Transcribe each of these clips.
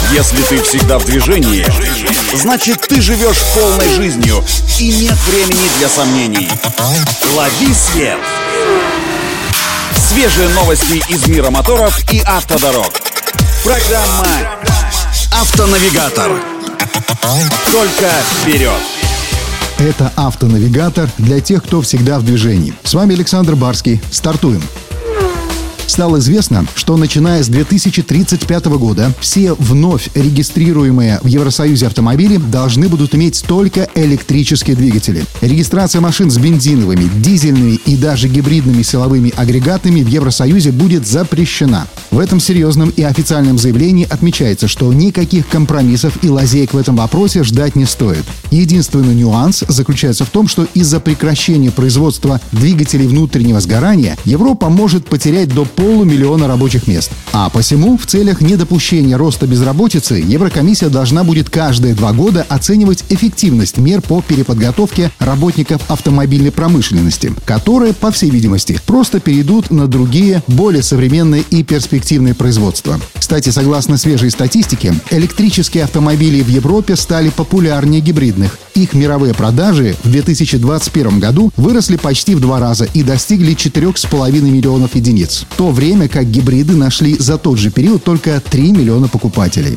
Если ты всегда в движении, значит ты живешь полной жизнью и нет времени для сомнений. Лови свет! Свежие новости из мира моторов и автодорог. Программа «Автонавигатор». Только вперед! Это «Автонавигатор» для тех, кто всегда в движении. С вами Александр Барский. Стартуем. Стало известно, что начиная с 2035 года все вновь регистрируемые в Евросоюзе автомобили должны будут иметь только электрические двигатели. Регистрация машин с бензиновыми, дизельными и даже гибридными силовыми агрегатами в Евросоюзе будет запрещена. В этом серьезном и официальном заявлении отмечается, что никаких компромиссов и лазеек в этом вопросе ждать не стоит. Единственный нюанс заключается в том, что из-за прекращения производства двигателей внутреннего сгорания Европа может потерять до 500 000 рабочих мест. А посему, в целях недопущения роста безработицы, Еврокомиссия должна будет каждые 2 года оценивать эффективность мер по переподготовке работников автомобильной промышленности, которые, по всей видимости, просто перейдут на другие, более современные и перспективные производства. Кстати, согласно свежей статистике, электрические автомобили в Европе стали популярнее гибридных. Их мировые продажи в 2021 году выросли почти в 2 раза и достигли 4,5 миллионов единиц, в то время как гибриды нашли за тот же период только 3 миллиона покупателей.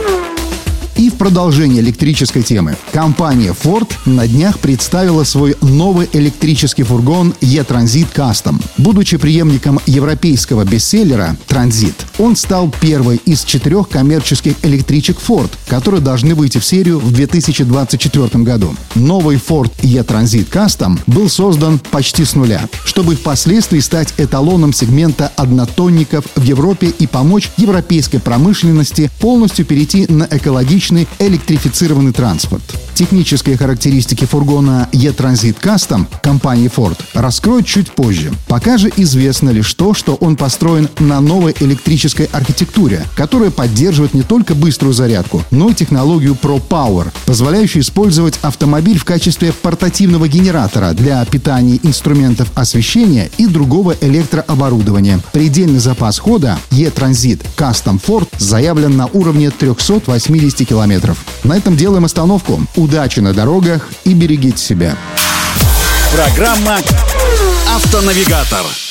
И в продолжение электрической темы. Компания Ford на днях представила свой новый электрический фургон E-Transit Custom. Будучи преемником европейского бестселлера Transit, он стал первой из 4 коммерческих электричек Ford, которые должны выйти в серию в 2024 году. Новый Ford E-Transit Custom был создан почти с нуля, чтобы впоследствии стать эталоном сегмента однотонников в Европе и помочь европейской промышленности полностью перейти на экологичный электрифицированный транспорт. Технические характеристики фургона E-Transit Custom компании Ford раскроют чуть позже. Пока же известно лишь то, что он построен на новой электрической архитектуре, которая поддерживает не только быструю зарядку, но и технологию ProPower, позволяющую использовать автомобиль в качестве портативного генератора для питания инструментов освещения и другого электрооборудования. Предельный запас хода E-Transit Custom Ford заявлен на уровне 380 километров. На этом делаем остановку. Удачи на дорогах и берегите себя. Программа «Автонавигатор».